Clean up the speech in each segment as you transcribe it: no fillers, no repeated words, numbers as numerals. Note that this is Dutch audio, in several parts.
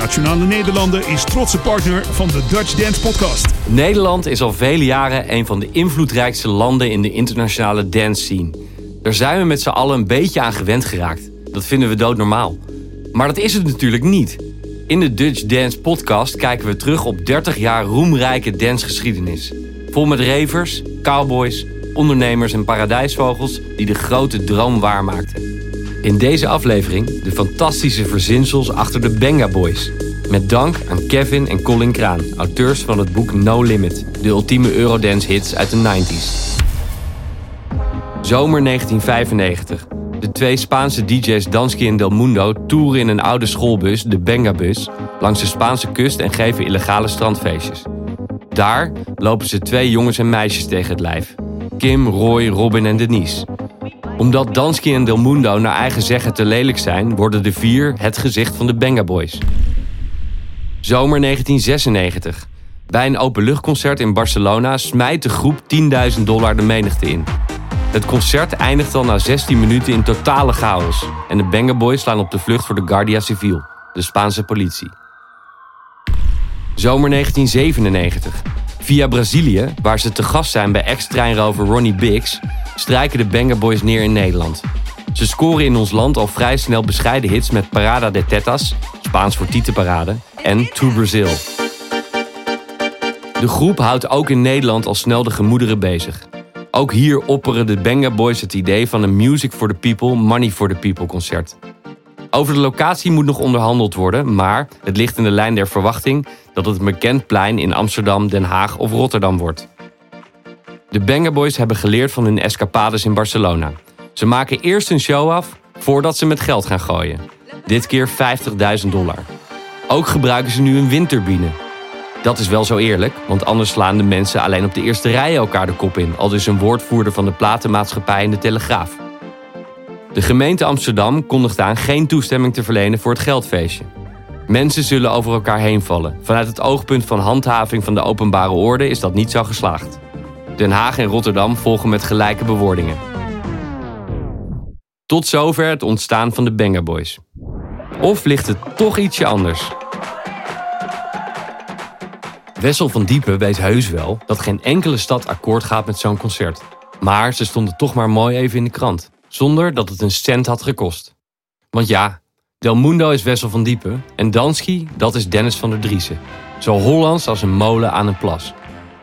Nationale Nederlanden is trotse partner van de Dutch Dance Podcast. Nederland is al vele jaren een van de invloedrijkste landen in de internationale dance scene. Daar zijn we met z'n allen een beetje aan gewend geraakt. Dat vinden we doodnormaal. Maar dat is het natuurlijk niet. In de Dutch Dance Podcast kijken we terug op 30 jaar roemrijke dancegeschiedenis. Vol met ravers, cowboys, ondernemers en paradijsvogels die de grote droom waarmaakten. In deze aflevering de fantastische verzinsels achter de Benga Boys. Met dank aan Kevin en Colin Kraan, auteurs van het boek No Limit, de ultieme Eurodance hits uit de 90s. Zomer 1995. De twee Spaanse DJ's Dansky en Del Mundo toeren in een oude schoolbus, de Benga-bus, langs de Spaanse kust en geven illegale strandfeestjes. Daar lopen ze twee jongens en meisjes tegen het lijf. Kim, Roy, Robin en Denise. Omdat Dansky en Del Mundo naar eigen zeggen te lelijk zijn, worden de vier het gezicht van de Benga Boys. Zomer 1996. Bij een openluchtconcert in Barcelona smijt de groep $10.000 de menigte in. Het concert eindigt al na 16 minuten in totale chaos en de Benga Boys slaan op de vlucht voor de Guardia Civil, de Spaanse politie. Zomer 1997. Via Brazilië, waar ze te gast zijn bij ex-treinrover Ronnie Biggs, strijken de Benga Boys neer in Nederland. Ze scoren in ons land al vrij snel bescheiden hits met Parada de Tetas, Spaans voor Tietenparade, en To Brazil. De groep houdt ook in Nederland al snel de gemoederen bezig. Ook hier opperen de Benga Boys het idee van een Music for the People, Money for the People concert. Over de locatie moet nog onderhandeld worden, maar het ligt in de lijn der verwachting dat het een bekend plein in Amsterdam, Den Haag of Rotterdam wordt. De Benga Boys hebben geleerd van hun escapades in Barcelona. Ze maken eerst een show af voordat ze met geld gaan gooien. Dit keer $50.000. Ook gebruiken ze nu een windturbine. Dat is wel zo eerlijk, want anders slaan de mensen alleen op de eerste rijen elkaar de kop in, aldus een woordvoerder van de platenmaatschappij in de Telegraaf. De gemeente Amsterdam kondigt aan geen toestemming te verlenen voor het geldfeestje. Mensen zullen over elkaar heen vallen. Vanuit het oogpunt van handhaving van de openbare orde is dat niet zo geslaagd. Den Haag en Rotterdam volgen met gelijke bewoordingen. Tot zover het ontstaan van de Benga Boys. Of ligt het toch ietsje anders? Wessel van Diepen weet heus wel dat geen enkele stad akkoord gaat met zo'n concert. Maar ze stonden toch maar mooi even in de krant. Zonder dat het een cent had gekost. Want ja, Del Mundo is Wessel van Diepen en Dansky, dat is Dennis van der Driessen. Zo Hollands als een molen aan een plas.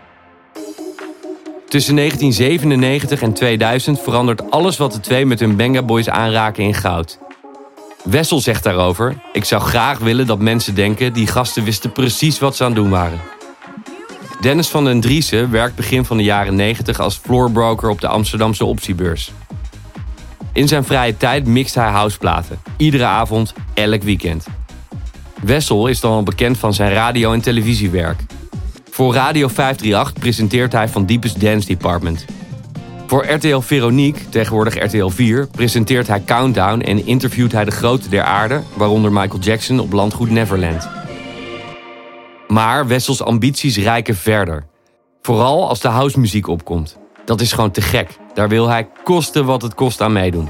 Tussen 1997 en 2000 verandert alles wat de twee met hun Benga Boys aanraken in goud. Wessel zegt daarover: ik zou graag willen dat mensen denken die gasten wisten precies wat ze aan het doen waren. Dennis van den Driessen werkt begin van de jaren 90 als floorbroker op de Amsterdamse optiebeurs. In zijn vrije tijd mixt hij houseplaten. Iedere avond, elk weekend. Wessel is dan al bekend van zijn radio- en televisiewerk. Voor Radio 538 presenteert hij Van Diepen's Dance Department. Voor RTL Veronique, tegenwoordig RTL 4, presenteert hij Countdown en interviewt hij de groten der aarde, waaronder Michael Jackson op landgoed Neverland. Maar Wessels ambities reiken verder. Vooral als de housemuziek opkomt. Dat is gewoon te gek. Daar wil hij koste wat het kost aan meedoen.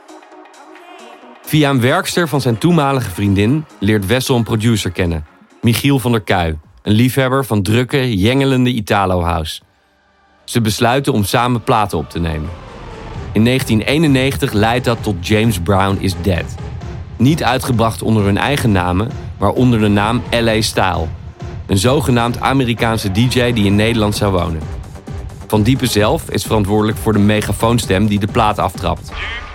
Via een werkster van zijn toenmalige vriendin leert Wessel een producer kennen. Michiel van der Kuij, een liefhebber van drukke, jengelende Italo-house. Ze besluiten om samen platen op te nemen. In 1991 leidt dat tot James Brown is Dead. Niet uitgebracht onder hun eigen namen, maar onder de naam LA Style. Een zogenaamd Amerikaanse DJ die in Nederland zou wonen. Van Diepen zelf is verantwoordelijk voor de megafoonstem die de plaat aftrapt.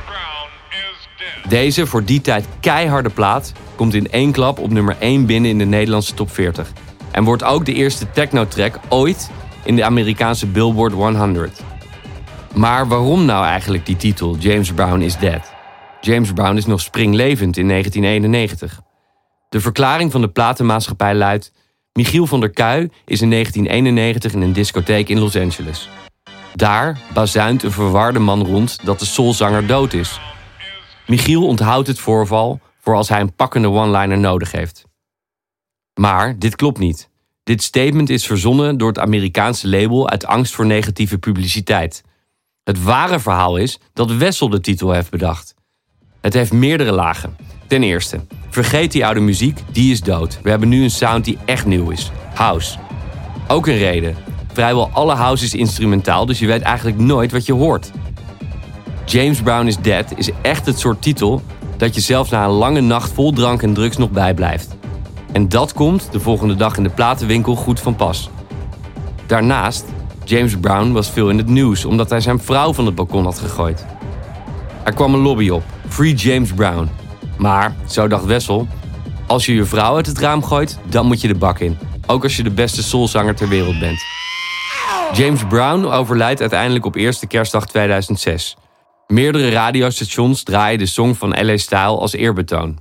Deze voor die tijd keiharde plaat komt in één klap op nummer 1 binnen in de Nederlandse top 40. En wordt ook de eerste techno-track ooit in de Amerikaanse Billboard 100. Maar waarom nou eigenlijk die titel James Brown is Dead? James Brown is nog springlevend in 1991. De verklaring van de platenmaatschappij luidt: Michiel van der Kuij is in 1991 in een discotheek in Los Angeles. Daar bazuint een verwarde man rond dat de soulzanger dood is. Michiel onthoudt het voorval voor als hij een pakkende one-liner nodig heeft. Maar dit klopt niet. Dit statement is verzonnen door het Amerikaanse label uit angst voor negatieve publiciteit. Het ware verhaal is dat Wessel de titel heeft bedacht. Het heeft meerdere lagen. Ten eerste, vergeet die oude muziek, die is dood. We hebben nu een sound die echt nieuw is. House. Ook een reden. Vrijwel alle house is instrumentaal, dus je weet eigenlijk nooit wat je hoort. James Brown is Dead is echt het soort titel dat je zelfs na een lange nacht vol drank en drugs nog bijblijft. En dat komt de volgende dag in de platenwinkel goed van pas. Daarnaast, James Brown was veel in het nieuws omdat hij zijn vrouw van het balkon had gegooid. Er kwam een lobby op, Free James Brown. Maar, zo dacht Wessel, als je je vrouw uit het raam gooit, dan moet je de bak in. Ook als je de beste soulzanger ter wereld bent. James Brown overlijdt uiteindelijk op eerste kerstdag 2006. Meerdere radiostations draaien de song van LA Style als eerbetoon.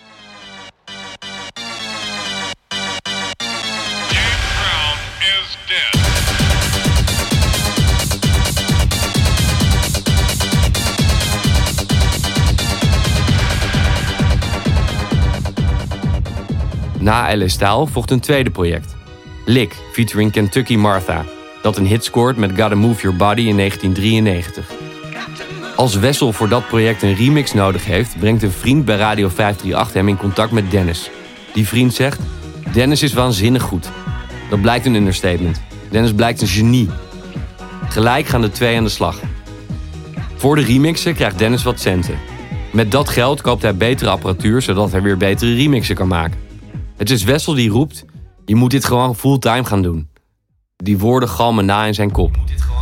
Na LA Style volgt een tweede project. Lick, featuring Kentucky Martha, dat een hit scoort met Gotta Move Your Body in 1993. Als Wessel voor dat project een remix nodig heeft, brengt een vriend bij Radio 538 hem in contact met Dennis. Die vriend zegt, Dennis is waanzinnig goed. Dat blijkt een understatement. Dennis blijkt een genie. Gelijk gaan de twee aan de slag. Voor de remixen krijgt Dennis wat centen. Met dat geld koopt hij betere apparatuur, zodat hij weer betere remixen kan maken. Het is Wessel die roept, je moet dit gewoon fulltime gaan doen. Die woorden galmen na in zijn kop.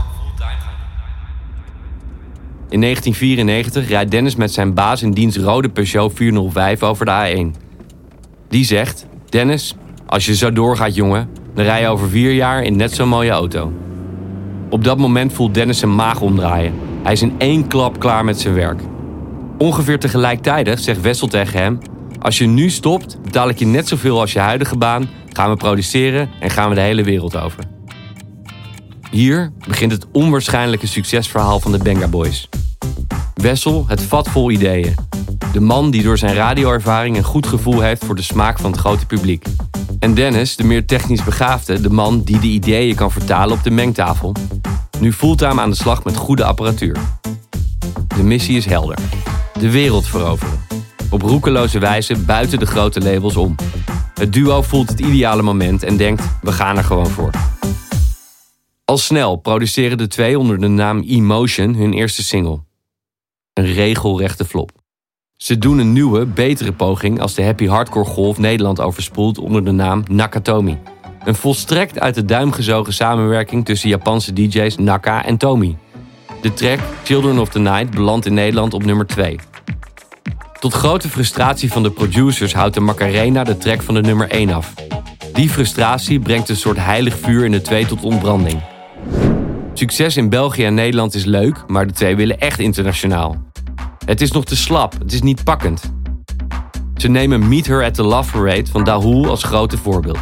In 1994 rijdt Dennis met zijn baas in diens rode Peugeot 405 over de A1. Die zegt, Dennis, als je zo doorgaat jongen, dan rij je over 4 jaar in net zo'n mooie auto. Op dat moment voelt Dennis zijn maag omdraaien. Hij is in 1 klap klaar met zijn werk. Ongeveer tegelijkertijd zegt Wessel tegen hem, als je nu stopt, betaal ik je net zoveel als je huidige baan, gaan we produceren en gaan we de hele wereld over. Hier begint het onwaarschijnlijke succesverhaal van de Benga Boys. Wessel, het vat vol ideeën. De man die door zijn radioervaring een goed gevoel heeft voor de smaak van het grote publiek. En Dennis, de meer technisch begaafde, de man die de ideeën kan vertalen op de mengtafel. Nu fulltime aan de slag met goede apparatuur. De missie is helder. De wereld veroveren. Op roekeloze wijze buiten de grote labels om. Het duo voelt het ideale moment en denkt, we gaan er gewoon voor. Al snel produceren de twee onder de naam Emotion hun eerste single. Een regelrechte flop. Ze doen een nieuwe, betere poging als de happy hardcore golf Nederland overspoelt onder de naam Nakatomi. Een volstrekt uit de duim gezogen samenwerking tussen Japanse DJ's Naka en Tomi. De track Children of the Night belandt in Nederland op nummer 2. Tot grote frustratie van de producers houdt de Macarena de track van de nummer 1 af. Die frustratie brengt een soort heilig vuur in de twee tot ontbranding. Succes in België en Nederland is leuk, maar de twee willen echt internationaal. Het is nog te slap, het is niet pakkend. Ze nemen Meet Her at the Love Parade van Dahoul als grote voorbeeld.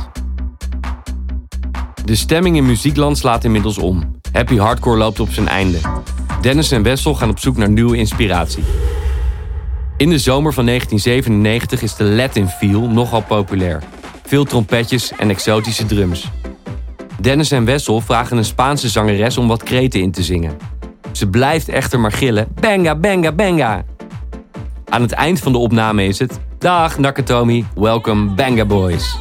De stemming in muziekland slaat inmiddels om. Happy hardcore loopt op zijn einde. Dennis en Wessel gaan op zoek naar nieuwe inspiratie. In de zomer van 1997 is de Latin feel nogal populair. Veel trompetjes en exotische drums. Dennis en Wessel vragen een Spaanse zangeres om wat kreten in te zingen. Ze blijft echter maar gillen, benga, benga, benga. Aan het eind van de opname is het, dag Nakatomi, welcome Benga Boys.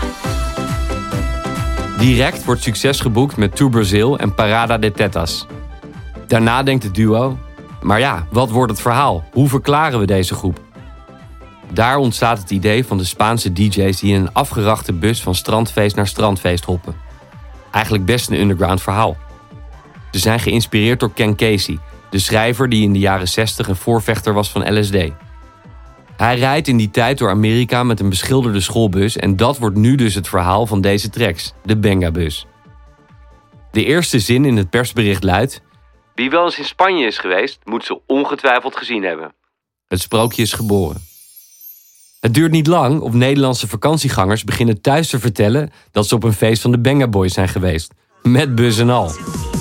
Direct wordt succes geboekt met Tour Brazil en Parada de Tetas. Daarna denkt het duo, maar ja, wat wordt het verhaal? Hoe verklaren we deze groep? Daar ontstaat het idee van de Spaanse DJ's die in een afgerachte bus van strandfeest naar strandfeest hoppen. Eigenlijk best een underground verhaal. Ze zijn geïnspireerd door Ken Casey, de schrijver die in de jaren 60 een voorvechter was van LSD. Hij rijdt in die tijd door Amerika met een beschilderde schoolbus en dat wordt nu dus het verhaal van deze tracks, de Benga-bus. De eerste zin in het persbericht luidt, wie wel eens in Spanje is geweest, moet ze ongetwijfeld gezien hebben. Het sprookje is geboren. Het duurt niet lang of Nederlandse vakantiegangers beginnen thuis te vertellen dat ze op een feest van de Benga Boys zijn geweest. Met bus en al.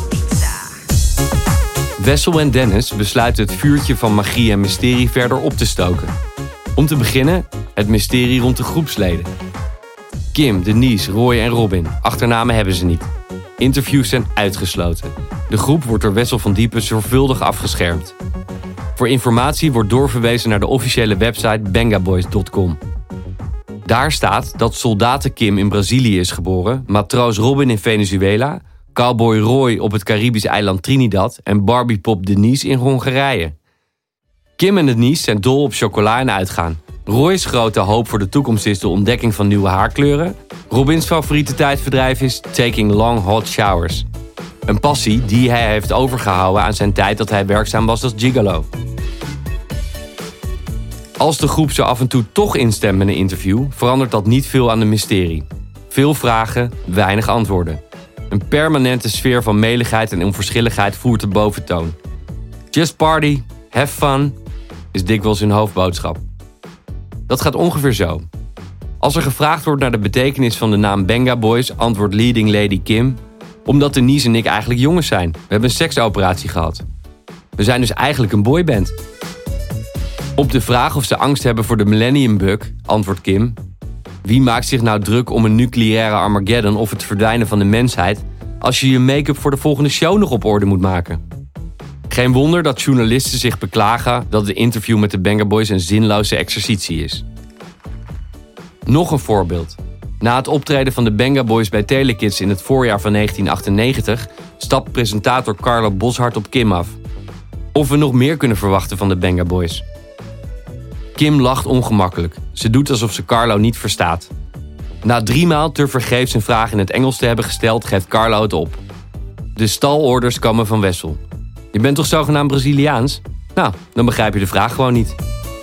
Wessel en Dennis besluiten het vuurtje van magie en mysterie verder op te stoken. Om te beginnen het mysterie rond de groepsleden. Kim, Denise, Roy en Robin. Achternamen hebben ze niet. Interviews zijn uitgesloten. De groep wordt door Wessel van Diepen zorgvuldig afgeschermd. Voor informatie wordt doorverwezen naar de officiële website bengaboys.com. Daar staat dat soldaten Kim in Brazilië is geboren, matroos Robin in Venezuela, cowboy Roy op het Caribische eiland Trinidad en barbiepop Denise in Hongarije. Kim en Denise zijn dol op chocola en uitgaan. Roy's grote hoop voor de toekomst is de ontdekking van nieuwe haarkleuren. Robins favoriete tijdverdrijf is taking long hot showers. Een passie die hij heeft overgehouden aan zijn tijd dat hij werkzaam was als gigolo. Als de groep zo af en toe toch instemt met een interview, verandert dat niet veel aan de mysterie. Veel vragen, weinig antwoorden. Een permanente sfeer van meligheid en onverschilligheid voert de boventoon. Just party, have fun, is dikwijls hun hoofdboodschap. Dat gaat ongeveer zo. Als er gevraagd wordt naar de betekenis van de naam Benga Boys, antwoordt leading lady Kim: omdat Denise en ik eigenlijk jongens zijn. We hebben een seksoperatie gehad. We zijn dus eigenlijk een boyband. Op de vraag of ze angst hebben voor de Millennium Bug, antwoordt Kim: wie maakt zich nou druk om een nucleaire Armageddon of het verdwijnen van de mensheid als je je make-up voor de volgende show nog op orde moet maken? Geen wonder dat journalisten zich beklagen dat het interview met de Benga Boys een zinloze exercitie is. Nog een voorbeeld. Na het optreden van de Benga Boys bij Telekids in het voorjaar van 1998 stapt presentator Carlo Boszhard op Kim af. Of we nog meer kunnen verwachten van de Benga Boys. Kim lacht ongemakkelijk. Ze doet alsof ze Carlo niet verstaat. Na 3 maal tevergeefs een vraag in het Engels te hebben gesteld, geeft Carlo het op. De stalorders komen van Wessel. Je bent toch zogenaamd Braziliaans? Nou, dan begrijp je de vraag gewoon niet.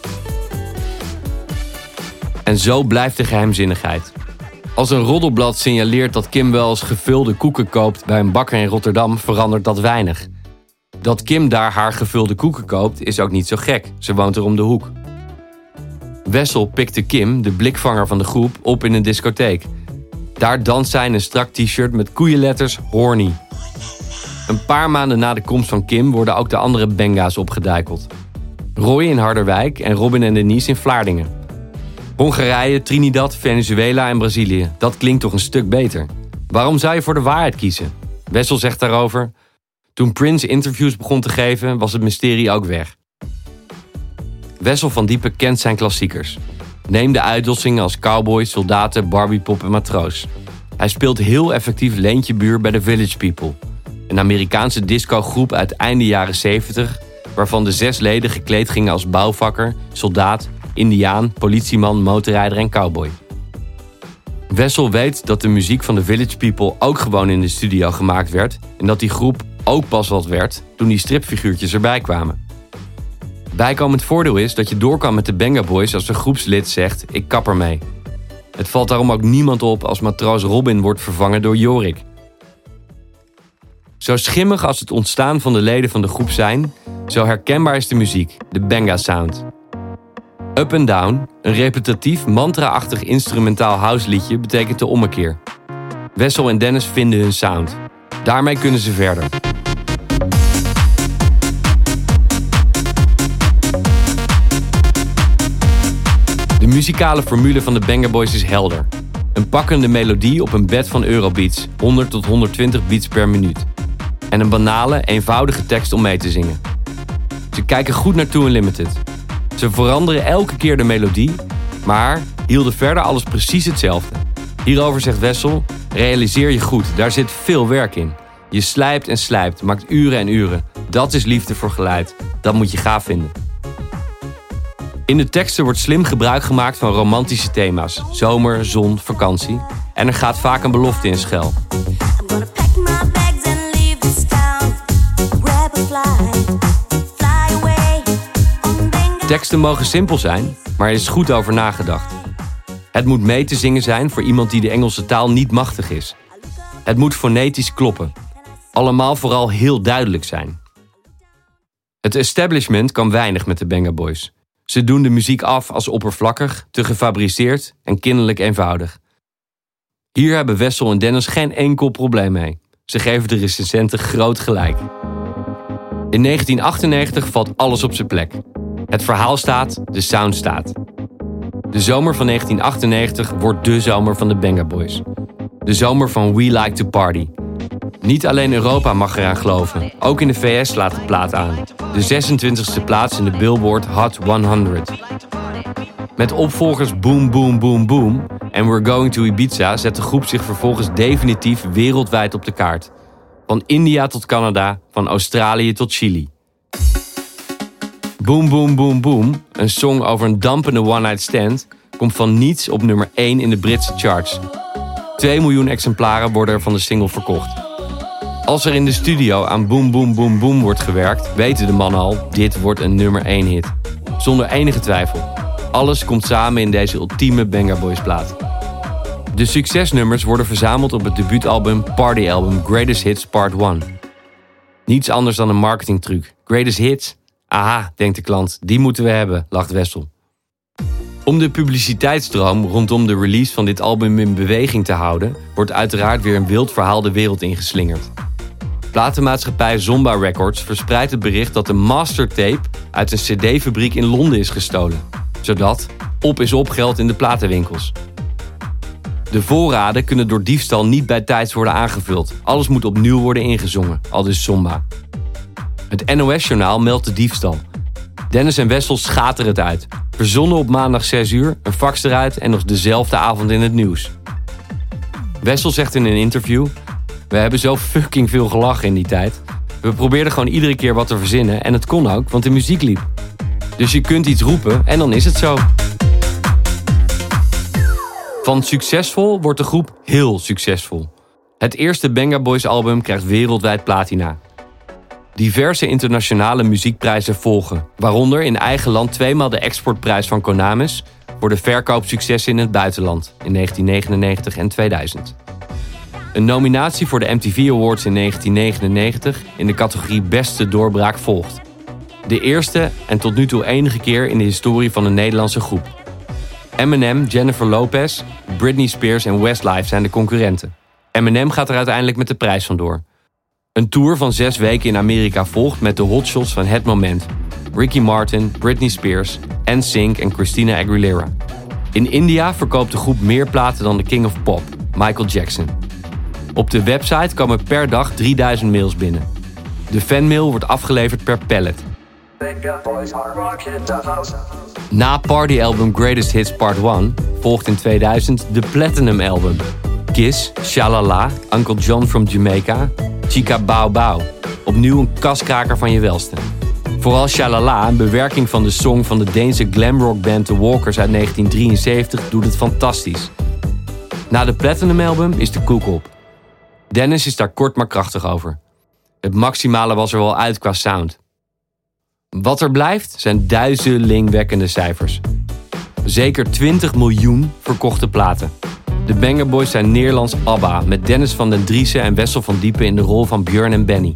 En zo blijft de geheimzinnigheid. Als een roddelblad signaleert dat Kim wel eens gevulde koeken koopt bij een bakker in Rotterdam, verandert dat weinig. Dat Kim daar haar gevulde koeken koopt, is ook niet zo gek. Ze woont er om de hoek. Wessel pikte Kim, de blikvanger van de groep, op in een discotheek. Daar danst zij in een strak t-shirt met koeienletters horny. Een paar maanden na de komst van Kim worden ook de andere Benga's opgeduikeld. Roy in Harderwijk en Robin en Denise in Vlaardingen. Hongarije, Trinidad, Venezuela en Brazilië. Dat klinkt toch een stuk beter. Waarom zou je voor de waarheid kiezen? Wessel zegt daarover: toen Prince interviews begon te geven, was het mysterie ook weg. Wessel van Diepen kent zijn klassiekers. Neem de uitdossingen als cowboy, soldaten, barbiepop en matroos. Hij speelt heel effectief Leentje Buur bij The Village People. Een Amerikaanse discogroep uit einde jaren 70... waarvan de 6 leden gekleed gingen als bouwvakker, soldaat, indiaan, politieman, motorrijder en cowboy. Wessel weet dat de muziek van The Village People ook gewoon in de studio gemaakt werd en dat die groep ook pas wat werd toen die stripfiguurtjes erbij kwamen. Bijkomend voordeel is dat je door kan met de Benga Boys als een groepslid zegt: ik kap ermee. Het valt daarom ook niemand op als matroos Robin wordt vervangen door Jorik. Zo schimmig als het ontstaan van de leden van de groep zijn, zo herkenbaar is de muziek, de Benga Sound. Up and Down, een repetitief, mantra-achtig instrumentaal houseliedje, betekent de ommekeer. Wessel en Dennis vinden hun sound. Daarmee kunnen ze verder. De muzikale formule van de Benga Boys is helder. Een pakkende melodie op een bed van Eurobeats, 100 tot 120 beats per minuut. En een banale, eenvoudige tekst om mee te zingen. Ze kijken goed naar Two Unlimited. Ze veranderen elke keer de melodie, maar hielden verder alles precies hetzelfde. Hierover zegt Wessel: realiseer je goed, daar zit veel werk in. Je slijpt en slijpt, maakt uren en uren. Dat is liefde voor geluid. Dat moet je gaaf vinden. In de teksten wordt slim gebruik gemaakt van romantische thema's. Zomer, zon, vakantie. En er gaat vaak een belofte in schuil. Teksten mogen simpel zijn, maar er is goed over nagedacht. Het moet mee te zingen zijn voor iemand die de Engelse taal niet machtig is. Het moet fonetisch kloppen. Allemaal vooral heel duidelijk zijn. Het establishment kan weinig met de Benga Boys. Ze doen de muziek af als oppervlakkig, te gefabriceerd en kinderlijk eenvoudig. Hier hebben Wessel en Dennis geen enkel probleem mee. Ze geven de recensenten groot gelijk. In 1998 valt alles op zijn plek. Het verhaal staat, de sound staat. De zomer van 1998 wordt de zomer van de Benga Boys. De zomer van We Like to Party. Niet alleen Europa mag eraan geloven. Ook in de VS slaat de plaat aan. De 26e plaats in de Billboard Hot 100. Met opvolgers Boom Boom Boom Boom en We're Going to Ibiza zet de groep zich vervolgens definitief wereldwijd op de kaart. Van India tot Canada, van Australië tot Chili. Boom Boom Boom Boom, een song over een dampende one-night stand, komt van niets op nummer 1 in de Britse charts. 2 miljoen exemplaren worden er van de single verkocht. Als er in de studio aan Boom Boom Boom Boom wordt gewerkt, weten de mannen al, dit wordt een nummer 1 hit. Zonder enige twijfel. Alles komt samen in deze ultieme Benga Boys plaat. De succesnummers worden verzameld op het debuutalbum Party Album Greatest Hits Part 1. Niets anders dan een marketingtruc. Greatest Hits? Aha, denkt de klant, die moeten we hebben, lacht Wessel. Om de publiciteitsstroom rondom de release van dit album in beweging te houden, wordt uiteraard weer een wild verhaal de wereld ingeslingerd. Platenmaatschappij Zomba Records verspreidt het bericht dat de mastertape uit een cd-fabriek in Londen is gestolen. Zodat op is op geld in de platenwinkels. De voorraden kunnen door diefstal niet bijtijds worden aangevuld. Alles moet opnieuw worden ingezongen, aldus Zomba. Het NOS-journaal meldt de diefstal. Dennis en Wessel schateren het uit. Verzonnen op maandag 6 uur, een fax eruit en nog dezelfde avond in het nieuws. Wessel zegt in een interview: we hebben zo fucking veel gelachen in die tijd. We probeerden gewoon iedere keer wat te verzinnen en het kon ook, want de muziek liep. Dus je kunt iets roepen en dan is het zo. Van succesvol wordt de groep heel succesvol. Het eerste Benga Boys album krijgt wereldwijd platina. Diverse internationale muziekprijzen volgen, waaronder in eigen land 2 maal de exportprijs van Konamis voor de verkoopsuccessen in het buitenland in 1999 en 2000. Een nominatie voor de MTV Awards in 1999 in de categorie Beste Doorbraak volgt. De eerste en tot nu toe enige keer in de historie van een Nederlandse groep. Eminem, Jennifer Lopez, Britney Spears en Westlife zijn de concurrenten. Eminem gaat er uiteindelijk met de prijs vandoor. Een tour van 6 weken in Amerika volgt met de hotshots van het moment. Ricky Martin, Britney Spears, NSYNC en Christina Aguilera. In India verkoopt de groep meer platen dan de King of Pop, Michael Jackson. Op de website komen per dag 3000 mails binnen. De fanmail wordt afgeleverd per pallet. Na Party Album Greatest Hits Part 1 volgt in 2000 de Platinum Album. Kiss, Shalala, Uncle John from Jamaica, Chica Bao Bao. Opnieuw een kaskraker van je welste. Vooral Shalala, een bewerking van de song van de Deense glamrockband The Walkers uit 1973, doet het fantastisch. Na de Platinum Album is de koek op. Dennis is daar kort maar krachtig over. Het maximale was er wel uit qua sound. Wat er blijft zijn duizelingwekkende cijfers. Zeker 20 miljoen verkochte platen. De Benga Boys zijn Nederlands ABBA met Dennis van den Driessen en Wessel van Diepen in de rol van Björn en Benny.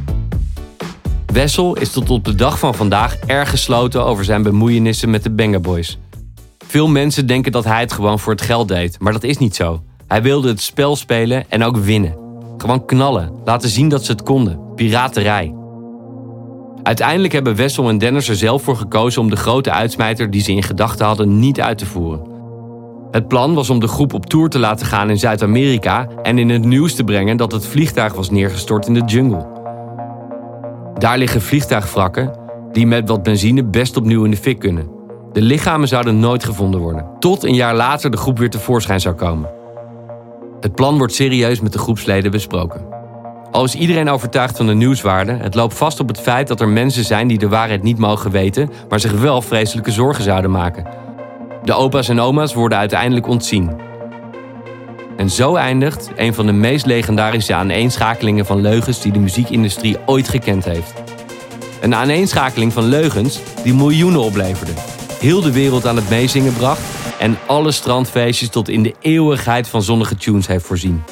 Wessel is tot op de dag van vandaag erg gesloten over zijn bemoeienissen met de Benga Boys. Veel mensen denken dat hij het gewoon voor het geld deed, maar dat is niet zo. Hij wilde het spel spelen en ook winnen. Gewoon knallen, laten zien dat ze het konden. Piraterij. Uiteindelijk hebben Wessel en Dennis er zelf voor gekozen om de grote uitsmijter die ze in gedachten hadden niet uit te voeren. Het plan was om de groep op tour te laten gaan in Zuid-Amerika en in het nieuws te brengen dat het vliegtuig was neergestort in de jungle. Daar liggen vliegtuigwrakken die met wat benzine best opnieuw in de fik kunnen. De lichamen zouden nooit gevonden worden, tot een jaar later de groep weer tevoorschijn zou komen. Het plan wordt serieus met de groepsleden besproken. Al is iedereen overtuigd van de nieuwswaarde, het loopt vast op het feit dat er mensen zijn die de waarheid niet mogen weten, maar zich wel vreselijke zorgen zouden maken. De opa's en oma's worden uiteindelijk ontzien. En zo eindigt een van de meest legendarische aaneenschakelingen van leugens die de muziekindustrie ooit gekend heeft. Een aaneenschakeling van leugens die miljoenen opleverde, heel de wereld aan het meezingen bracht en alle strandfeestjes tot in de eeuwigheid van zonnige tunes heeft voorzien.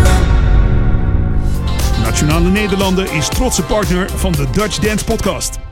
Nationale Nederlanden is trotse partner van de Dutch Dance Podcast.